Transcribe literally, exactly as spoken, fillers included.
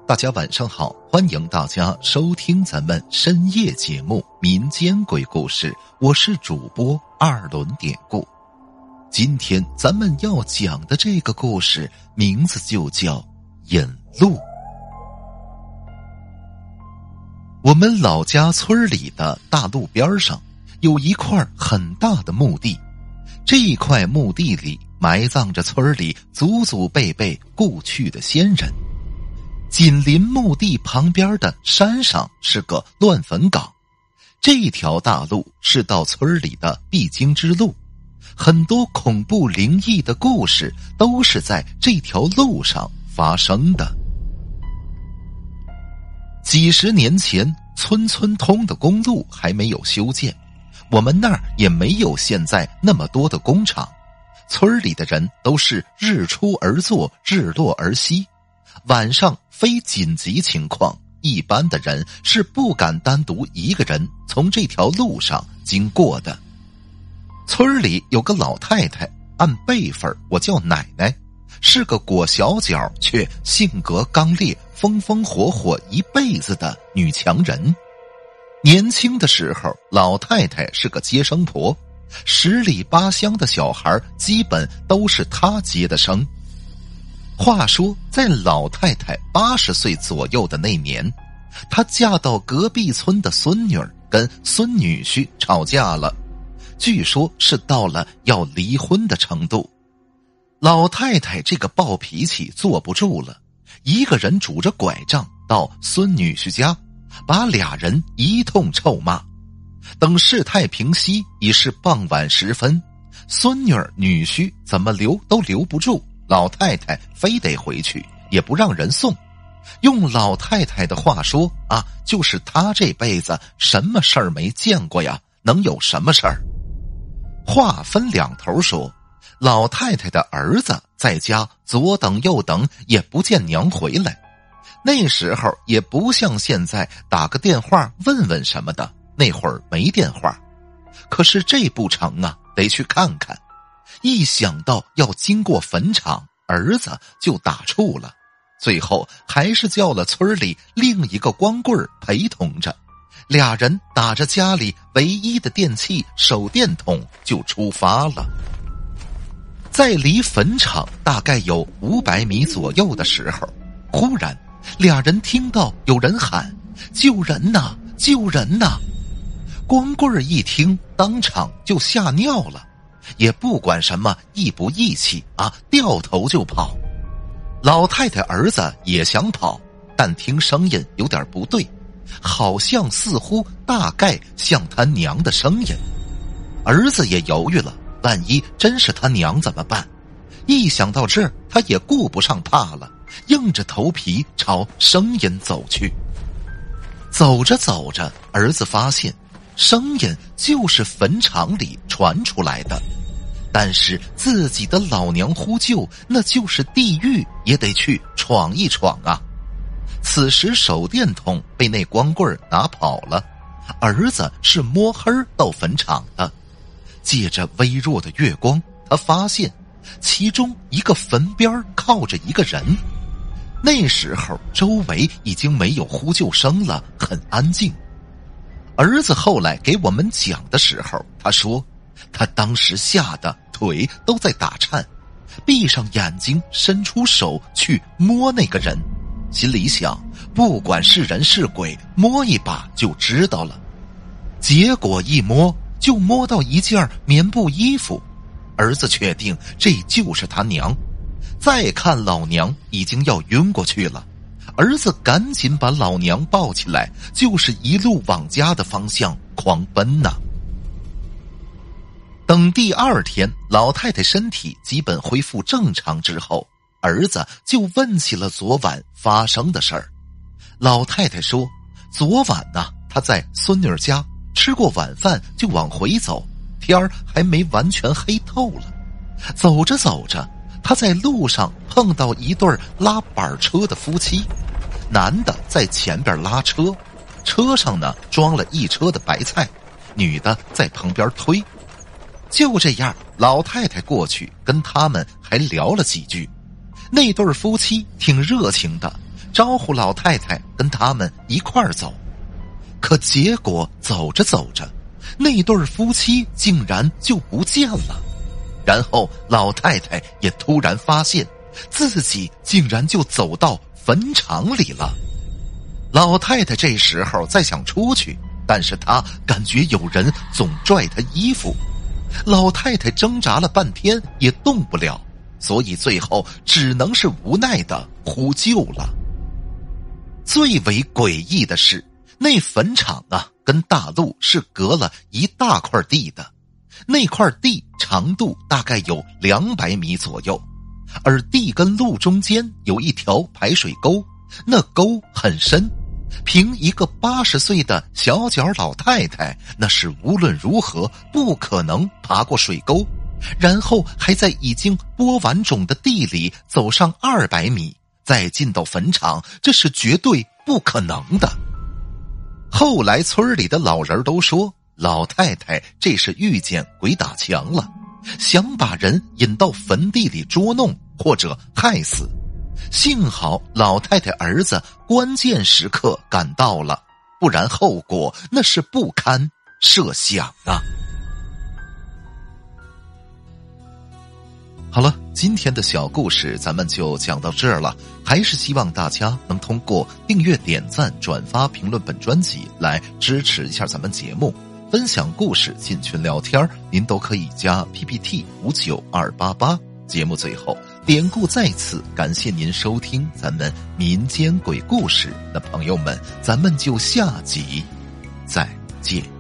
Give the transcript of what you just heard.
大家晚上好，欢迎大家收听咱们深夜节目《民间鬼故事》，我是主播二轮典故。今天咱们要讲的这个故事名字就叫引路。我们老家村里的大路边上有一块很大的墓地，这块墓地里埋葬着村里祖祖辈辈故去的先人。紧邻墓地旁边的山上是个乱坟岗，这条大路是到村里的必经之路，很多恐怖灵异的故事都是在这条路上发生的。几十年前，村村通的公路还没有修建，我们那儿也没有现在那么多的工厂，村里的人都是日出而作，日落而息。晚上非紧急情况，一般的人是不敢单独一个人从这条路上经过的。村里有个老太太，按辈分我叫奶奶，是个裹小脚却性格刚烈、风风火火一辈子的女强人。年轻的时候，老太太是个接生婆，十里八乡的小孩基本都是她接的生。话说在老太太八十岁左右的那年，她嫁到隔壁村的孙女儿跟孙女婿吵架了，据说是到了要离婚的程度。老太太这个暴脾气坐不住了，一个人拄着拐杖到孙女婿家，把俩人一通臭骂。等事态平息，已是傍晚时分，孙女儿女婿怎么留都留不住，老太太非得回去，也不让人送。用老太太的话说啊，就是她这辈子什么事儿没见过呀，能有什么事儿？话分两头说，老太太的儿子在家左等右等也不见娘回来，那时候也不像现在打个电话问问什么的，那会儿没电话。可是这不成啊，得去看看。一想到要经过坟场，儿子就打怵了，最后还是叫了村里另一个光棍陪同着，俩人打着家里唯一的电器手电筒就出发了。在离坟场大概有五百米左右的时候，忽然俩人听到有人喊：救人呐，救人呐！光棍一听，当场就吓尿了，也不管什么义不义气啊，掉头就跑。老太太儿子也想跑，但听声音有点不对，好像似乎大概像他娘的声音。儿子也犹豫了，万一真是他娘怎么办？一想到这儿，他也顾不上怕了，硬着头皮朝声音走去。走着走着，儿子发现声音就是坟场里传出来的，但是自己的老娘呼救，那就是地狱也得去闯一闯啊。此时手电筒被那光棍拿跑了，儿子是摸黑到坟场的。借着微弱的月光，他发现其中一个坟边靠着一个人。那时候周围已经没有呼救声了，很安静。儿子后来给我们讲的时候，他说他当时吓得腿都在打颤，闭上眼睛伸出手去摸那个人，心里想不管是人是鬼，摸一把就知道了。结果一摸就摸到一件棉布衣服，儿子确定这就是他娘。再看老娘已经要晕过去了，儿子赶紧把老娘抱起来，就是一路往家的方向狂奔呐。等第二天老太太身体基本恢复正常之后，儿子就问起了昨晚发生的事儿。老太太说，昨晚呢，她在孙女家吃过晚饭就往回走，天儿还没完全黑透了。走着走着，她在路上碰到一对拉板车的夫妻，男的在前边拉车，车上呢装了一车的白菜，女的在旁边推。就这样，老太太过去跟他们还聊了几句。那对夫妻挺热情的， 招呼老太太跟他们一块儿走。可结果走着走着，那对夫妻竟然就不见了。然后老太太也突然发现自己竟然就走到坟场里了。老太太这时候再想出去，但是她感觉有人总拽她衣服。老太太挣扎了半天也动不了，所以最后只能是无奈的呼救了。最为诡异的是，那坟场啊跟大路是隔了一大块地的，那块地长度大概有两百米左右，而地跟路中间有一条排水沟，那沟很深，凭一个八十岁的小脚老太太，那是无论如何不可能爬过水沟，然后还在已经播完种的地里走上二百米，再进到坟场，这是绝对不可能的。后来村里的老人都说，老太太这是遇见鬼打墙了，想把人引到坟地里捉弄或者害死。幸好老太太儿子关键时刻赶到了，不然后果那是不堪设想啊。好了，今天的小故事咱们就讲到这儿了，还是希望大家能通过订阅、点赞、转发、评论本专辑来支持一下咱们节目，分享故事、进群聊天，您都可以加 P P T 五九二八八。节目最后，典故再次感谢您收听咱们民间鬼故事，那朋友们，咱们就下集再见。